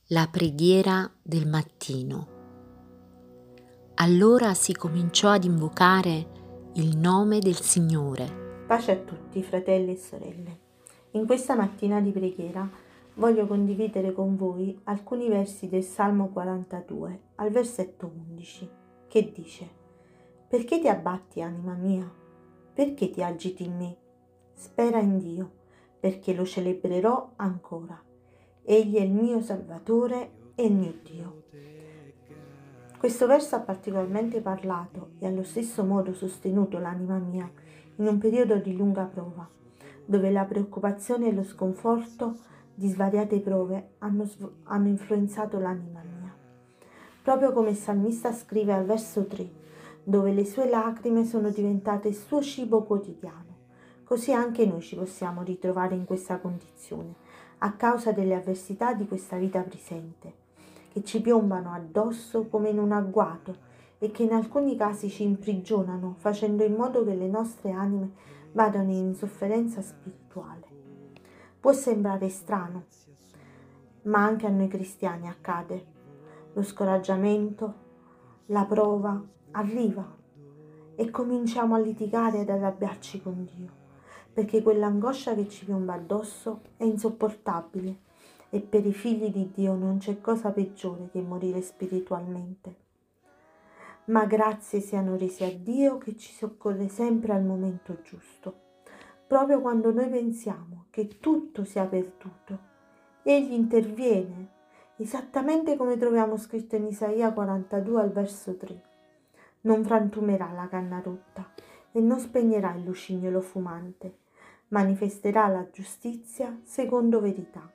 La preghiera del mattino. Allora si cominciò ad invocare il nome del Signore. Pace a tutti, fratelli e sorelle. In questa mattina di preghiera voglio condividere con voi alcuni versi del Salmo 42, al versetto 11, che dice: Perché ti abbatti, anima mia? Perché ti agiti in me? Spera in Dio, perché lo celebrerò ancora. Egli è il mio Salvatore e il mio Dio. Questo verso ha particolarmente parlato e allo stesso modo sostenuto l'anima mia in un periodo di lunga prova, dove la preoccupazione e lo sconforto di svariate prove hanno influenzato l'anima mia. Proprio come il salmista scrive al verso 3, dove le sue lacrime sono diventate il suo cibo quotidiano. Così anche noi ci possiamo ritrovare in questa condizione, a causa delle avversità di questa vita presente, che ci piombano addosso come in un agguato e che in alcuni casi ci imprigionano, facendo in modo che le nostre anime vadano in sofferenza spirituale. Può sembrare strano, ma anche a noi cristiani accade. Lo scoraggiamento, la prova arriva e cominciamo a litigare ed arrabbiarci con Dio, perché quell'angoscia che ci piomba addosso è insopportabile e per i figli di Dio non c'è cosa peggiore che morire spiritualmente. Ma grazie siano rese a Dio che ci soccorre sempre al momento giusto, proprio quando noi pensiamo che tutto sia perduto. Egli interviene, esattamente come troviamo scritto in Isaia 42 al verso 3. Non frantumerà la canna rotta e non spegnerà il lucignolo fumante, manifesterà la giustizia secondo verità.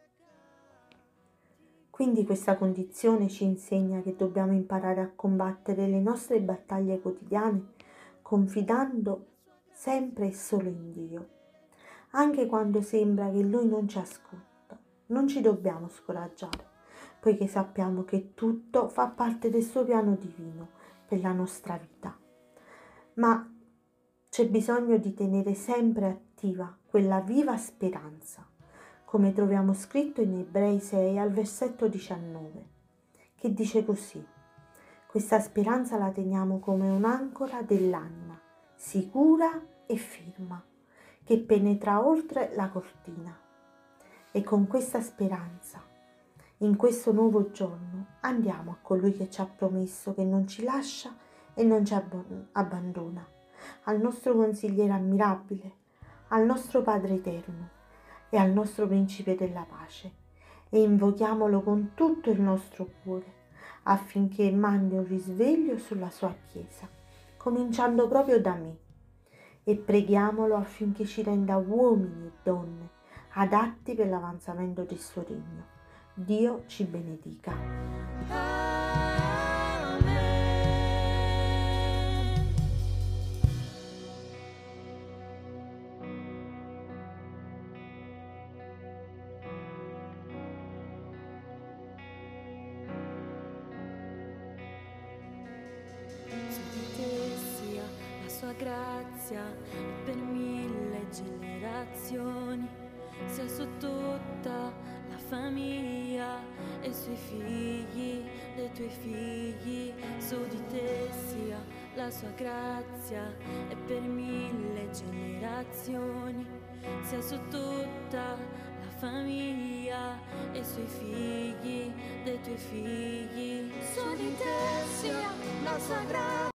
Quindi questa condizione ci insegna che dobbiamo imparare a combattere le nostre battaglie quotidiane confidando sempre e solo in Dio. Anche quando sembra che Lui non ci ascolta, non ci dobbiamo scoraggiare, poiché sappiamo che tutto fa parte del suo piano divino per la nostra vita. Ma c'è bisogno di tenere sempre attiva quella viva speranza, come troviamo scritto in Ebrei 6 al versetto 19, che dice così: questa speranza la teniamo come un'ancora dell'anima, sicura e ferma, che penetra oltre la cortina. E con questa speranza, in questo nuovo giorno, andiamo a colui che ci ha promesso che non ci lascia e non ci abbandona, al nostro consigliere ammirabile, al nostro Padre eterno e al nostro Principe della pace, e invochiamolo con tutto il nostro cuore affinché mandi un risveglio sulla sua Chiesa, cominciando proprio da me, e preghiamolo affinché ci renda uomini e donne adatti per l'avanzamento del suo regno. Dio ci benedica. Sua grazia è per 1000 generazioni, sia su tutta la famiglia e sui figli dei tuoi figli. Su di te sia la sua grazia è per 1000 generazioni, sia su tutta la famiglia e sui figli dei tuoi figli. Su di te sia la sua grazia